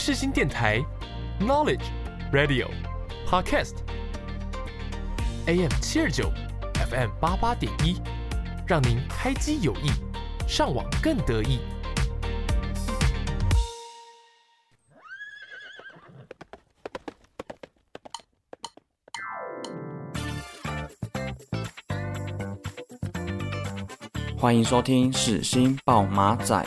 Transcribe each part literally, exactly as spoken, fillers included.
世新电台 Knowledge Radio Podcast A M 七二九 F M 八八点一，让您开机有益，上网更得意。 欢迎收听世新爆马仔。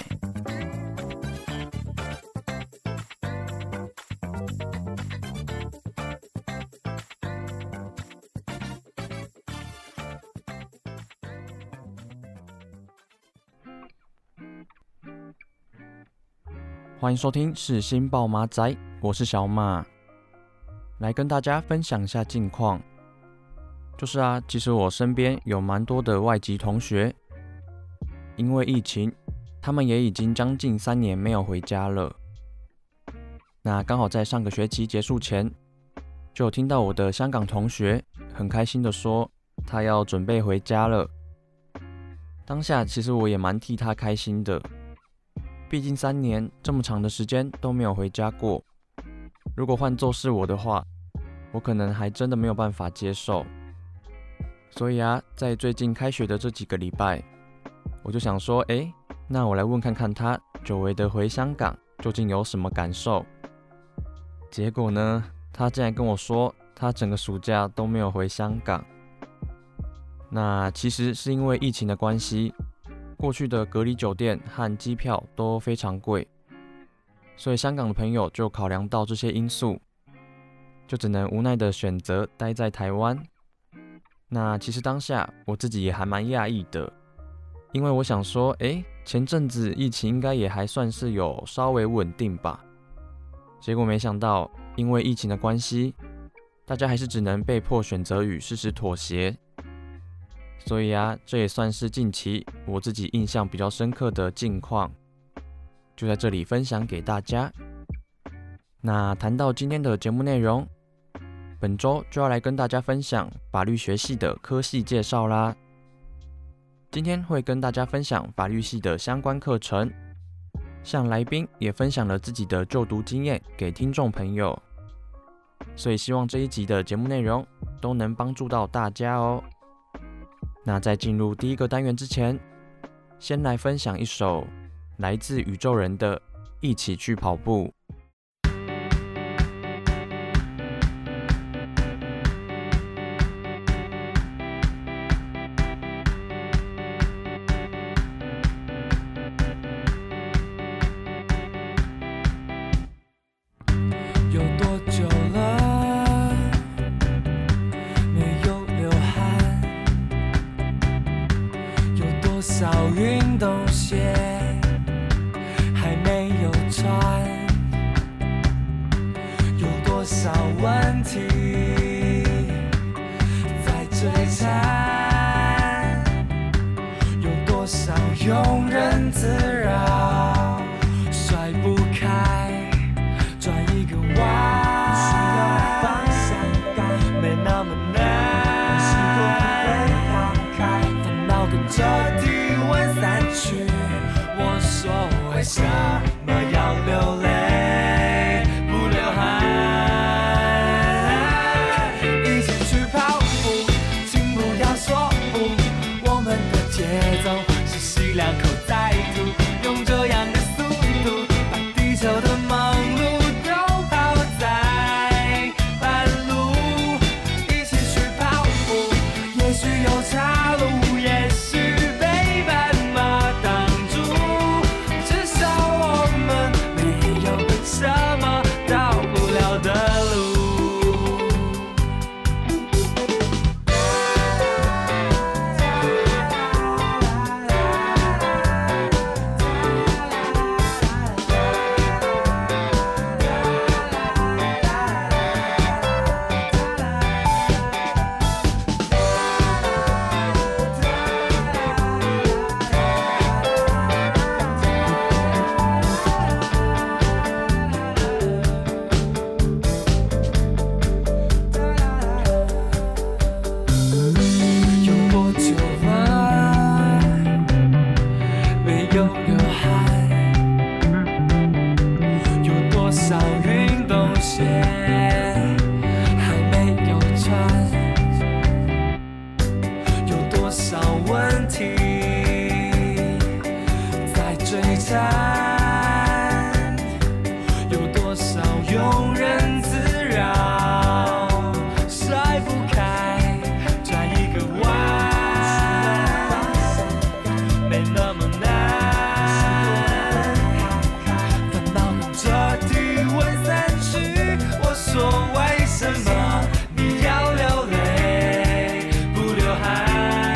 欢迎收听世新爆马仔，我是小马，来跟大家分享一下近况。就是啊，其实我身边有蛮多的外籍同学，因为疫情，他们也已经将近三年没有回家了。那刚好在上个学期结束前，就有听到我的香港同学很开心的说，他要准备回家了。当下其实我也蛮替他开心的。毕竟三年这么长的时间都没有回家过，如果换作是我的话，我可能还真的没有办法接受。所以啊，在最近开学的这几个礼拜，我就想说，诶，那我来问看看他久违的回香港究竟有什么感受。结果呢，他竟然跟我说，他整个暑假都没有回香港。那其实是因为疫情的关系，过去的隔离酒店和机票都非常贵，所以香港的朋友就考量到这些因素，就只能无奈的选择待在台湾。那其实当下我自己也还蛮讶异的，因为我想说，诶，前阵子疫情应该也还算是有稍微稳定吧，结果没想到因为疫情的关系，大家还是只能被迫选择与事实妥协。所以啊，这也算是近期我自己印象比较深刻的近况，就在这里分享给大家。那谈到今天的节目内容，本周就要来跟大家分享法律学系的科系介绍啦。今天会跟大家分享法律系的相关课程，向来宾也分享了自己的就读经验给听众朋友，所以希望这一集的节目内容都能帮助到大家哦。那在进入第一个单元之前，先来分享一首来自宇宙人的《一起去跑步》。 有多久了没有流汗？有多少运动鞋还没有穿？有多少问题在追缠？有多少庸人自扰甩不开？转一个弯，需要方向感，没那么难，是否会放开？烦恼跟着体温散去。我说为什么要流泪不流汗？ 庸人自扰，甩不开，转一个弯，没那么难。烦恼跟着体温散去，我说为什么你要流泪不流汗？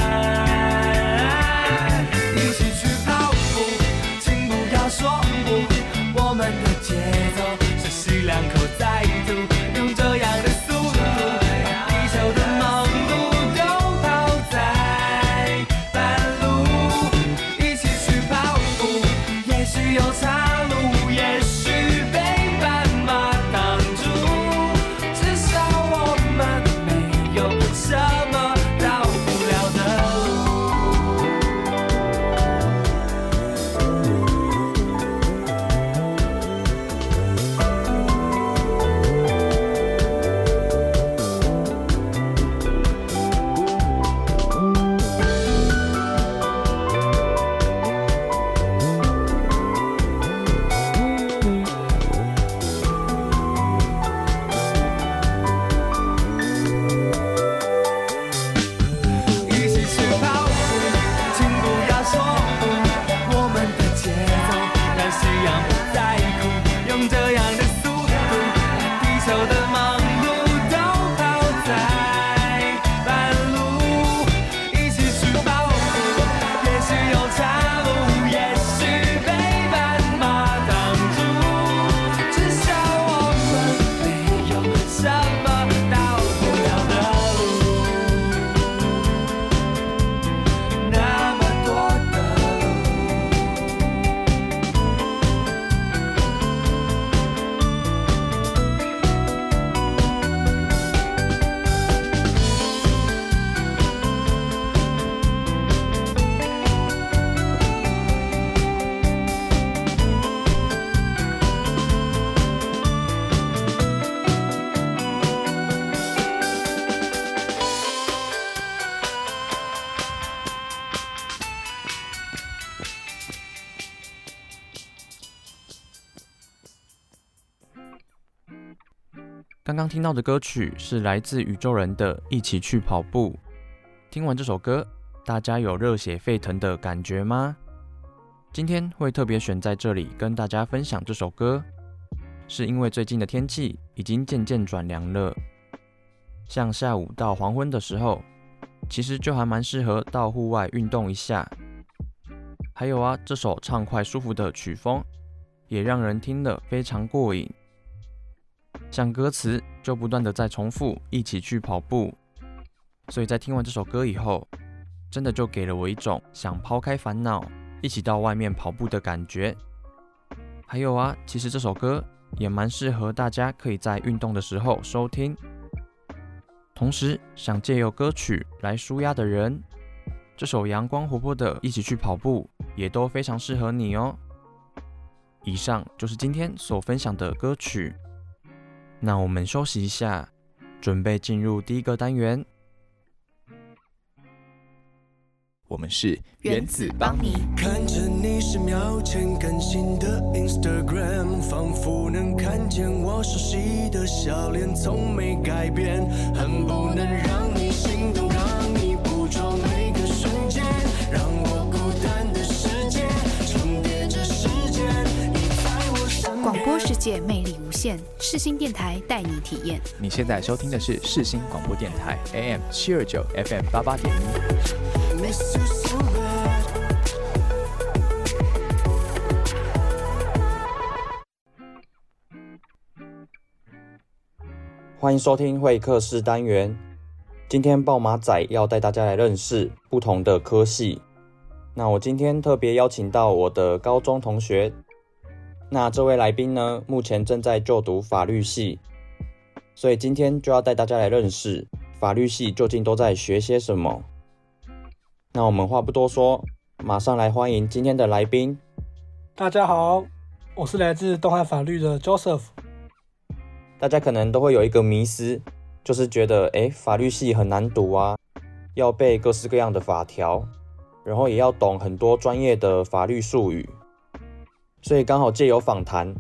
一起去跑步，请不要说不，我们的节奏是吸两口再吐，用这样的速度，地球的忙碌都跑在半路。一起去跑步，也许有岔路，也许被斑马挡住，至少我们没有什么到不了的路。一起去跑步，请不要说不，我们的节奏让夕阳不再哭，用这样的速度，地球的忙碌都跑在半路。一起去跑步，也许有岔路，也许被斑马挡住，至少我们没有什么到不了的路。那么多的刚刚听到的歌曲是来自宇宙人的《一起去跑步》。听完这首歌，大家有热血沸腾的感觉吗？今天会特别选在这里跟大家分享这首歌，是因为最近的天气已经渐渐转凉了，像下午到黄昏的时候，其实就还蛮适合到户外运动一下。还有啊，这首畅快舒服的曲风，也让人听了非常过瘾。像歌词就不断的在重复一起去跑步，所以在听完这首歌以后，真的就给了我一种想抛开烦恼一起到外面跑步的感觉。还有啊，其实这首歌也蛮适合大家可以在运动的时候收听，同时想借由歌曲来抒压的人，这首阳光活泼的一起去跑步也都非常适合你哦。以上就是今天所分享的歌曲，那我们休息一下，准备进入第一个单元。 我们是原子帮你。 看着你十秒前更新的 Instagram， 仿佛能看见我熟悉的笑脸，从没改变，恨不能让你心动，让你捕捉每个瞬间，让我孤单的世界重叠着时间，你在我身边。 广播世界魅力无限，世新电台带你体验。 你现在收听的是世新广播电台 A M 七二九 F M 八八点一。 欢迎收听会客室单元。今天爆马仔要带大家来认识不同的科系。那我今天特别邀请到我的高中同学。那这位来宾呢，目前正在就读法律系，所以今天就要带大家来认识法律系究竟都在学些什么。那我们话不多说，马上来欢迎今天的来宾。 大家好，我是来自东汉法律的 Joseph。 大家可能都会有一个迷思，就是觉得诶法律系很难读啊，要背各式各样的法条，然后也要懂很多专业的法律术语。所以刚好借由访谈，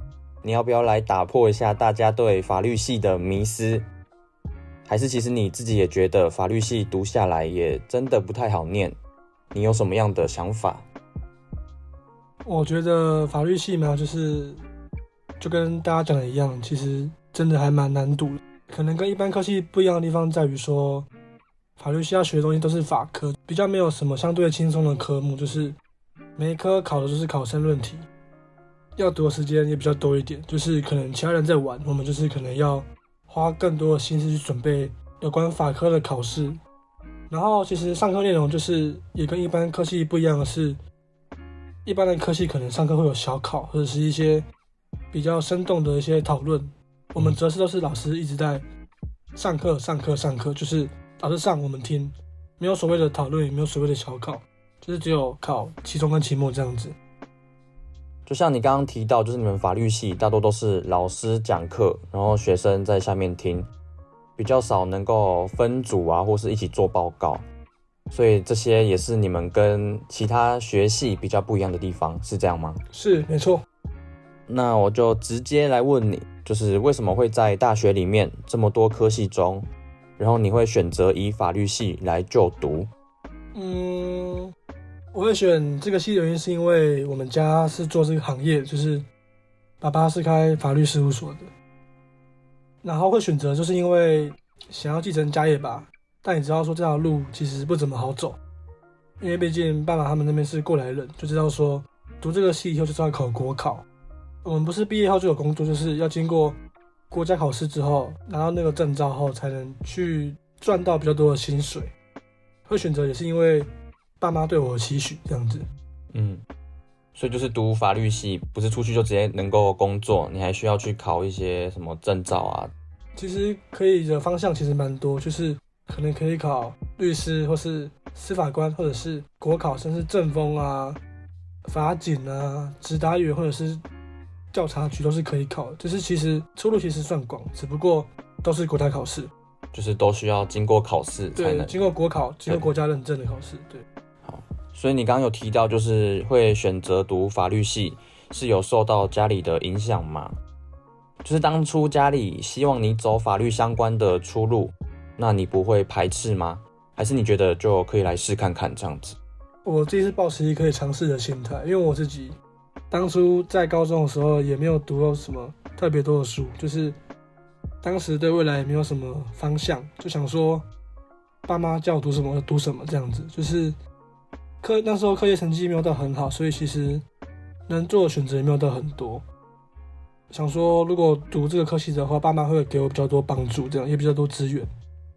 你要不要来打破一下大家对法律系的迷思？还是其实你自己也觉得法律系读下来也真的不太好念？你有什么样的想法？ 我觉得法律系嘛，就是就跟大家讲的一样，其实真的还蛮难读的。可能跟一般科系不一样的地方在于说，法律系要学的东西都是法科，比较没有什么相对轻松的科目，就是每一科考的就是考申论题，要读的时间也比较多一点。就是可能其他人在玩，我们就是可能要花更多的心思去准备有关法科的考试。然后其实上课内容就是也跟一般科系不一样的是，一般的科系可能上课会有小考或者是一些比较生动的一些讨论，我们则是都是老师一直在上课上课上课，就是老师上我们听，没有所谓的讨论，也没有所谓的小考，就是只有考期中跟期末这样子。 就像你刚刚提到，就是你们法律系大多都是老师讲课，然后学生在下面听，比较少能够分组啊，或是一起做报告，所以这些也是你们跟其他学系比较不一样的地方，是这样吗？ 是，没错。 那我就直接来问你，就是为什么会在大学里面这么多科系中，然后你会选择以法律系来就读？ 嗯，我会选这个系的原因是因为我们家是做这个行业，就是爸爸是开法律事务所的，然后会选择就是因为想要继承家业吧。但你知道说这条路其实不怎么好走，因为毕竟爸爸他们那边是过来人，就知道说读这个系以后就是要考国考。我们不是毕业后就有工作，就是要经过国家考试之后拿到那个证照后才能去赚到比较多的薪水。会选择也是因为爸妈对我的期许这样子。 嗯，所以就是读法律系不是出去就直接能够工作，你还需要去考一些什么证照啊？ 其实可以的方向其实蛮多，就是可能可以考律师或是司法官，或者是国考甚至政风啊、法警啊、执达员或者是调查局都是可以考的。就是其实出路其实算广，只不过都是国家考试， 就是都需要经过考试才能， 对，经过国考，经过国家认证的考试。对， 好，所以你刚刚有提到，就是会选择读法律系，是有受到家里的影响吗？就是当初家里希望你走法律相关的出路，那你不会排斥吗？还是你觉得就可以来试看看这样子？ 我自己是抱持一可以尝试的心态，因为我自己当初在高中的时候也没有读到什么特别多的书，就是当时对未来也没有什么方向，就想说爸妈叫我读什么我就读什么这样子。就是课那时候课业成绩没有到很好，所以其实能做的选择也没有到很多。想说如果读这个科系的话，爸妈会给我比较多帮助，这样也比较多资源。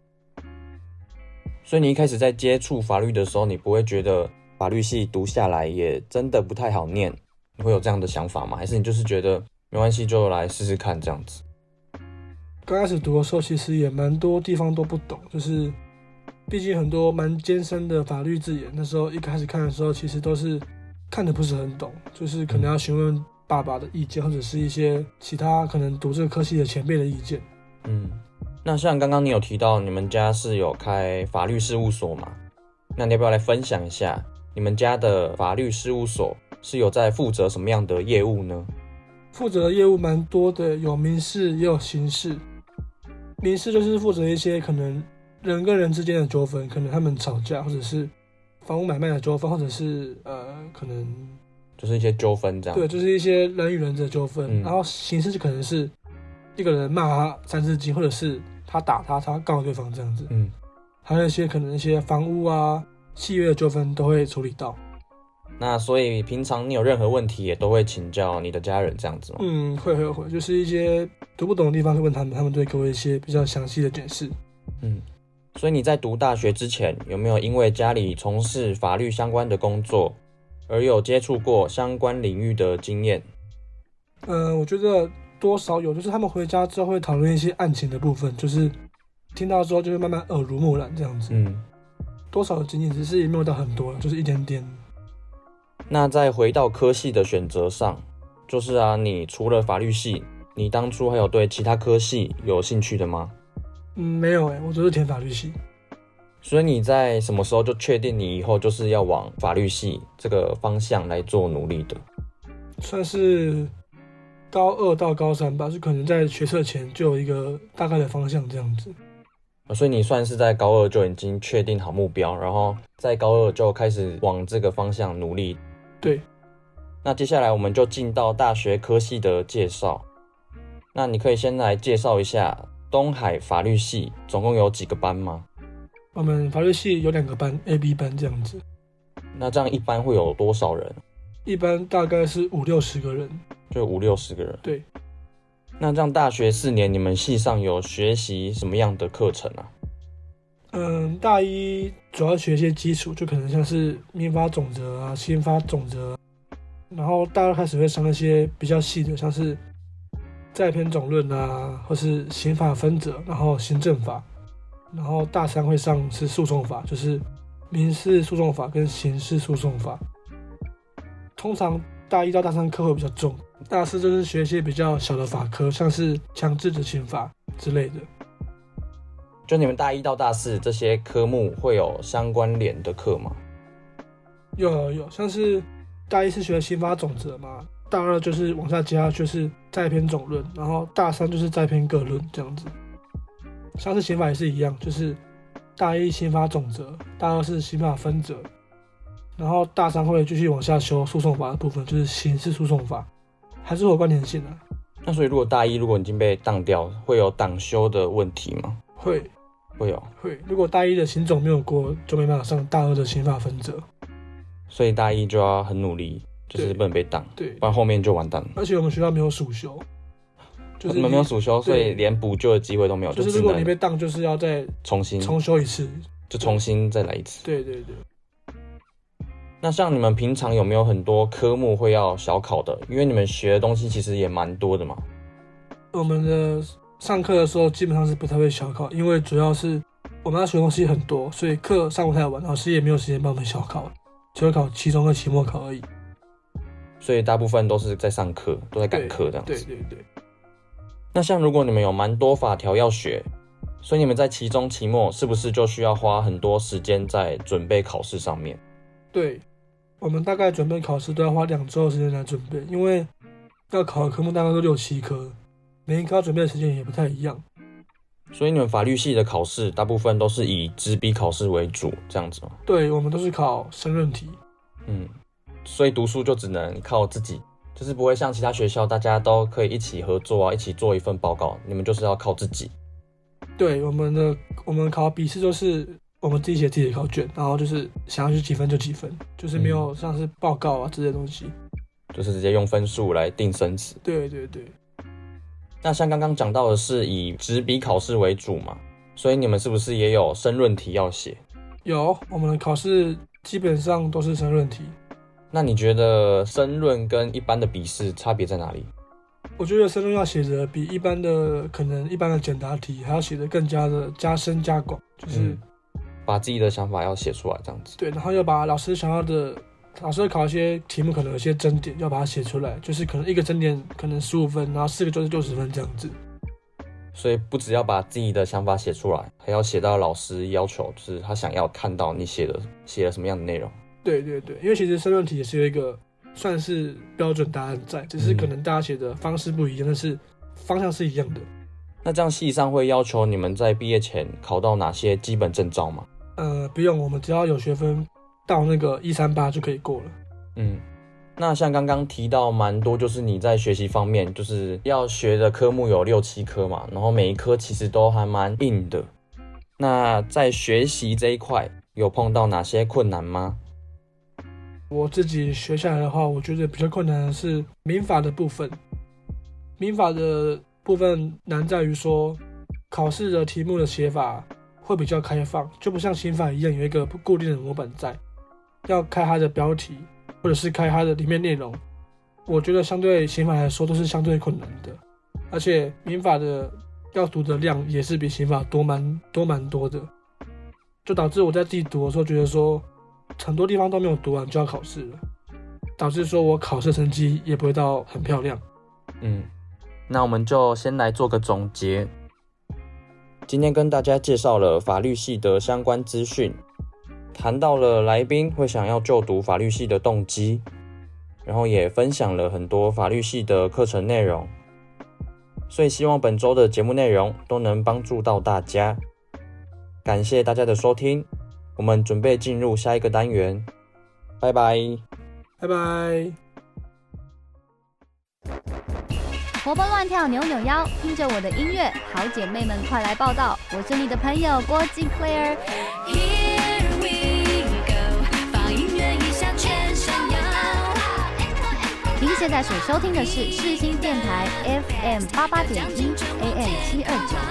所以你一开始在接触法律的时候，你不会觉得法律系读下来也真的不太好念，你会有这样的想法吗？还是你就是觉得没关系就来试试看这样子？ 刚开始读的时候其实也蛮多地方都不懂，就是毕竟很多蛮艰深的法律字眼，那时候一开始看的时候其实都是看得不是很懂，就是可能要询问爸爸的意见，或者是一些其他可能读这个科系的前辈的意见。 嗯，那像刚刚你有提到你们家是有开法律事务所嘛？那你要不要来分享一下你们家的法律事务所是有在负责什么样的业务呢？ 负责的业务蛮多的，有民事也有刑事。民事就是负责一些可能人跟人之间的纠纷，可能他们吵架，或者是房屋买卖的纠纷，或者是呃可能就是一些纠纷这样。 对，就是一些人与人的纠纷。 嗯、 然后刑事就可能是一个人骂他三字经，或者是他打他，他告对方这样子。 嗯， 还有一些可能一些房屋啊、契约的纠纷都会处理到。 那所以平常你有任何问题也都会请教你的家人这样子吗？ 嗯，会会会，就是一些读不懂的地方会问他们，他们都会给我一些比较详细的解释。 嗯，所以你在读大学之前，有没有因为家里从事法律相关的工作，而有接触过相关领域的经验？ 嗯，我觉得多少有，就是他们回家之后会讨论一些案情的部分，就是听到之后就会慢慢耳濡目染这样子。 嗯， 多少的经验，只是也没有到很多，就是一点点。 那再回到科系的选择上，就是啊，你除了法律系，你当初还有对其他科系有兴趣的吗？ 嗯，没有诶，我就是填法律系。 所以你在什么时候就确定你以后就是要往法律系这个方向来做努力的？ 算是高二到高三吧，就可能在学测前就有一个大概的方向这样子。 所以你算是在高二就已经确定好目标，然后在高二就开始往这个方向努力。 对。 那接下来我们就进到大学科系的介绍。那你可以先来介绍一下东海法律系总共有几个班吗？ 我们法律系有两个班 ，A、B 班这样子。 那这样一般会有多少人？ 一般大概是五六十个人。 就五六十个人。 对。 那这样大学四年，你们系上有学习什么样的课程啊？ 嗯，大一主要学一些基础，就可能像是民法总则啊、刑法总则，然后大二开始会上一些比较细的，像是债篇总论啊，或是刑法分则，然后行政法，然后大三会上是诉讼法，就是民事诉讼法跟刑事诉讼法。通常大一到大三课会比较重，大四就是学一些比较小的法科，像是强制执行法之类的。 就你们大一到大四这些科目会有相关联的课吗？ 有有有，像是大一是学刑法总则嘛，大二就是往下加就是债篇总论，然后大三就是债篇各论这样子。像是刑法也是一样，就是大一刑法总则，大二是刑法分则，然后大三会继续往下修诉讼法的部分，就是刑事诉讼法，还是有关联性的、啊。 那所以如果大一如果已经被当掉，会有挡修的问题吗？ 会， 会有。 会。如果大一的刑总没有过，就没办法上大二的刑法分则。 所以大一就要很努力，就是不能被当， 对， 不然后面就完蛋了。 而且我们学校没有暑修。就是、 你们没有暑修，所以连补救的机会都没有。 就是如果你被当，就是要再重新重修一次， 就重新再来一次。 对对对。 那像你们平常有没有很多科目会要小考的？因为你们学的东西其实也蛮多的嘛。 我们的上课的时候基本上是不太会小考，因为主要是我们要学的东西很多，所以课上不太完，老师也没有时间帮我们小考，只会考期中和期末考而已。 所以大部分都是在上课，都在赶课这样子。 对对对对。 那像如果你们有蛮多法条要学，所以你们在期中、期末是不是就需要花很多时间在准备考试上面？ 对，我们大概准备考试都要花两周的时间来准备，因为要考的科目大概都六七科，每一科要准备的时间也不太一样。 所以你们法律系的考试大部分都是以纸笔考试为主，这样子吗？ 对，我们都是考申论题。 嗯，所以读书就只能靠自己。就是不会像其他学校，大家都可以一起合作啊，一起做一份报告。你们就是要靠自己。 对，我们的我们考笔试就是我们自己写自己的考卷，然后就是想要去几分就几分，就是没有像是报告啊这些东西， 就是直接用分数来定生死。 对对对。 那像刚刚讲到的是以纸笔考试为主嘛，所以你们是不是也有申论题要写？ 有，我们的考试基本上都是申论题。 那你觉得申论跟一般的笔试差别在哪里？ 我觉得申论要写的比一般的可能一般的简答题还要写的更加的加深加广，就是、 嗯、把自己的想法要写出来这样子。 对，然后要把老师想要的，老师考一些题目可能有些争点要把它写出来，就是可能一个争点可能十五分，然后四个就是六十分这样子。 所以不只要把自己的想法写出来，还要写到老师要求，就是他想要看到你写的写了什么样的内容。 对对对，因为其实申论题也是有一个算是标准答案在，只是可能大家写的方式不一样，但是方向是一样的。 那这样系上会要求你们在毕业前考到哪些基本证照吗？ 呃，不用，我们只要有学分到那个一三八就可以过了。 嗯，那像刚刚提到蛮多，就是你在学习方面，就是要学的科目有六七科嘛，然后每一科其实都还蛮硬的。那在学习这一块有碰到哪些困难吗？ 我自己学下来的话，我觉得比较困难的是民法的部分。民法的部分难在于说，考试的题目的写法会比较开放，就不像刑法一样有一个固定的模板在，要开它的标题或者是开它的里面内容。我觉得相对刑法来说都是相对困难的，而且民法的要读的量也是比刑法多蛮多蛮多的，就导致我在自己读的时候觉得说，很多地方都没有读完就要考试了，导致说我考试成绩也不会到很漂亮。 嗯，那我们就先来做个总结。今天跟大家介绍了法律系的相关资讯，谈到了来宾会想要就读法律系的动机， 然后也分享了很多法律系的课程内容，所以希望本周的节目内容都能帮助到大家。感谢大家的收听，我们准备进入下一个单元，拜拜， 拜拜。 活蹦乱跳，扭扭腰，听着我的音乐，好姐妹们快来报道！我是你的朋友郭静 Claire。 Here we go， 放音乐一下全身摇。 您现在所收听的是世新电台 F M 八八点一 A M 七二九。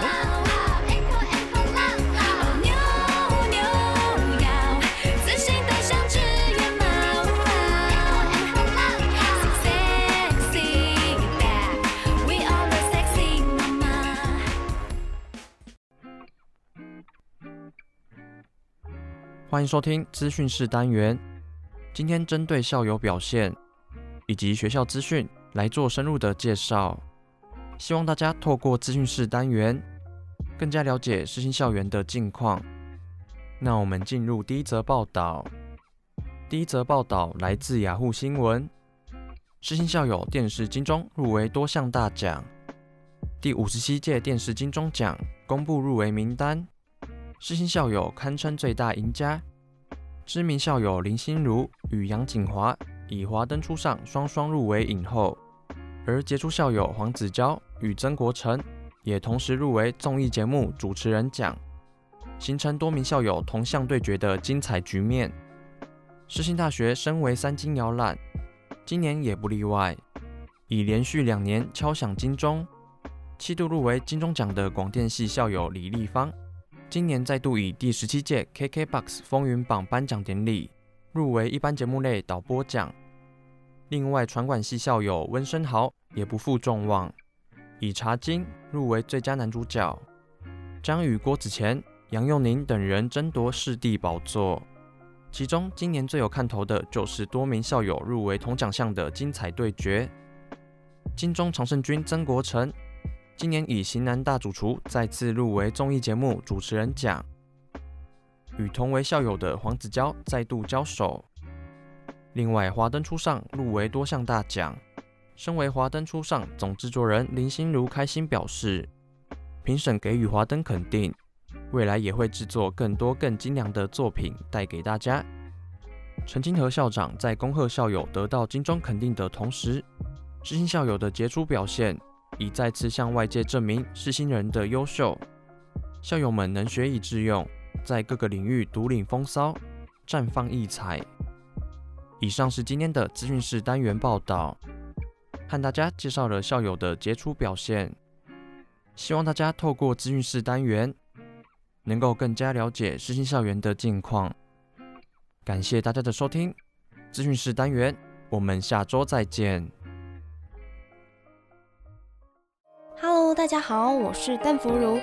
欢迎收听资讯室单元，今天针对校友表现以及学校资讯来做深入的介绍，希望大家透过资讯室单元更加了解世新校园的近况。那我们进入第一则报道。第一则报道来自雅虎新闻，世新校友电视金钟入围多项大奖，第五十七届电视金钟奖公布入围名单。世新校友堪称最大赢家，知名校友林心如与杨景华以《华灯初上》双双入围影后，而杰出校友黄子佼与曾国成也同时入围综艺节目主持人奖，形成多名校友同向对决的精彩局面。世新大学身为三金摇篮，今年也不例外，以连续两年敲响金钟，七度入围金钟奖的广电系校友李丽芳，今年再度以第十七届 K K B O X 风云榜颁奖典礼入围一般节目类导播奖。另外，传管系校友温升豪也不负众望，以《茶金》入围最佳男主角，将与郭子乾、杨佑宁等人争夺视帝宝座。其中，今年最有看头的就是多名校友入围同奖项的精彩对决。金钟常胜军曾国成今年以《型男大主厨》再次入围综艺节目主持人奖，与同为校友的黄子佼再度交手。另外，《华灯初上》入围多项大奖，身为《华灯初上》总制作人林心如开心表示，评审给予华灯肯定，未来也会制作更多更精良的作品带给大家。陈清和校长在恭贺校友得到金钟肯定的同时，世新校友的杰出表现已再次向外界证明世新人的优秀，校友们能学以致用，在各个领域独领风骚，绽放异彩。以上是今天的资讯室单元报道，和大家介绍了校友的杰出表现，希望大家透过资讯室单元能够更加了解世新校园的近况。感谢大家的收听，资讯室单元，我们下周再见。 Hello， 大家好，我是邓福如。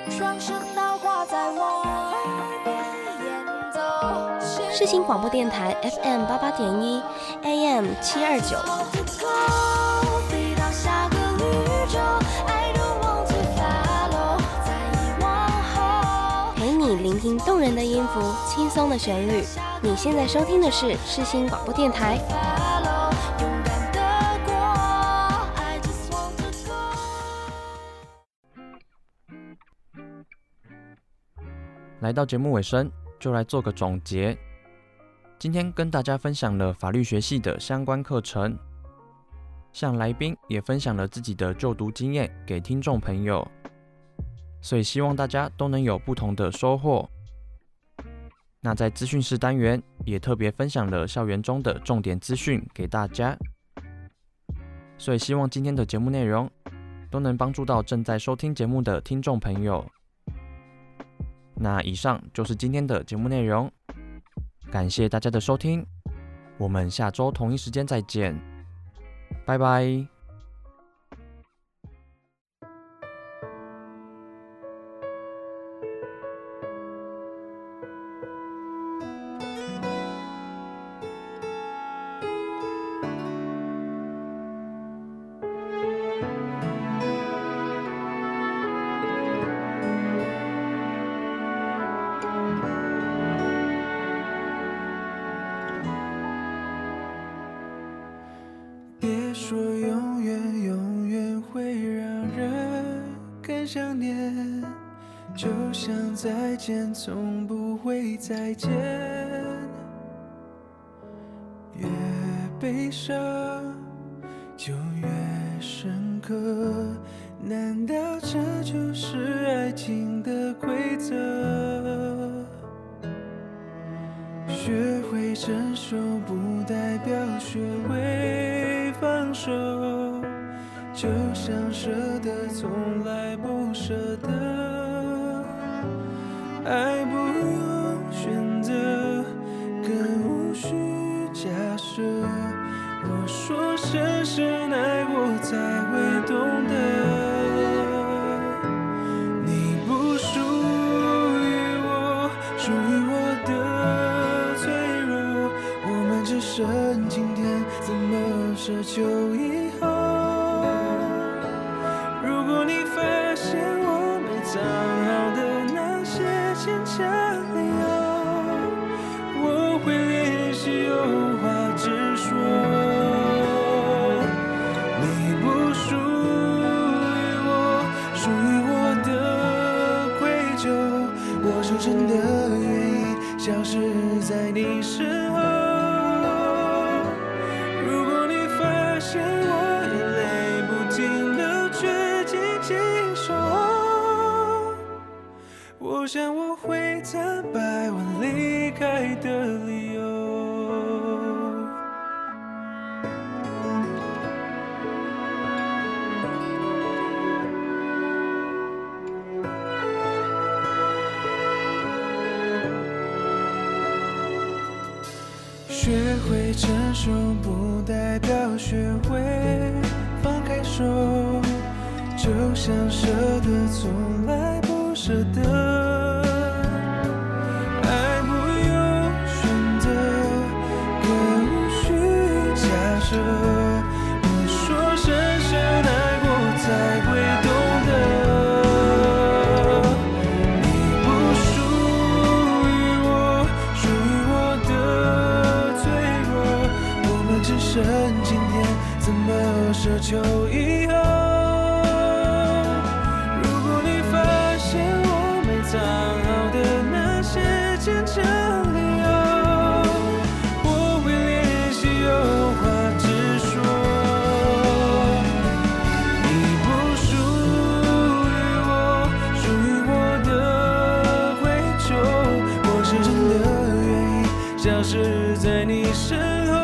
世新广播电台 F M 八八点一 A M 七二九。陪你聆听动人的音符，轻松的旋律。你现在收听的是世新广播电台。 来到节目尾声，就来做个总结。今天跟大家分享了法律学系的相关课程，向来宾也分享了自己的就读经验给听众朋友，所以希望大家都能有不同的收获。那在资讯室单元也特别分享了校园中的重点资讯给大家，所以希望今天的节目内容都能帮助到正在收听节目的听众朋友。那以上就是今天的节目内容，感谢大家的收听，我们下周同一时间再见，拜拜。 说永远永远会让人更想念，就像再见从不会再见。越悲伤就越深刻，难道这就是爱情的规则？学会承受不代表学会放手，就像舍得从来不舍得。爱不用选择，更无需假设。我说深深爱过才会懂得，你不属于我，属于我的脆弱。我们只剩今天，怎么奢求以后？如果你发现我没藏好的那些坚强理由，我会练习有话直说。真的愿意消失在你身后。如果你发现我眼泪不停流，却紧紧守候，我想我会坦白我离开的理由。学会承受不代表学会放开手，就像舍得从来不舍得。爱不用选择，更无需假设。我说深深爱过才会懂得。剩今天，怎么奢求以后？如果你发现我没藏好的那些坚强理由，我会练习有话直说。你不属于我，属于我的回球，我是真的愿意消失在你身后。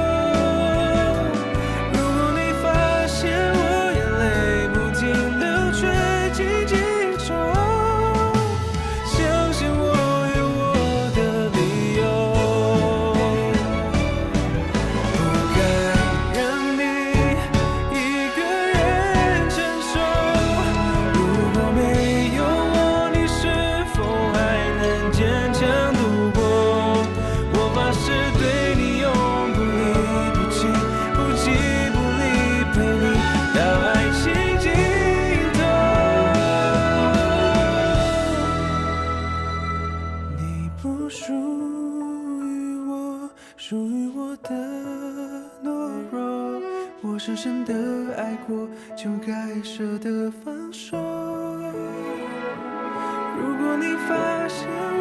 深深的爱过，就该舍得放手。如果你发现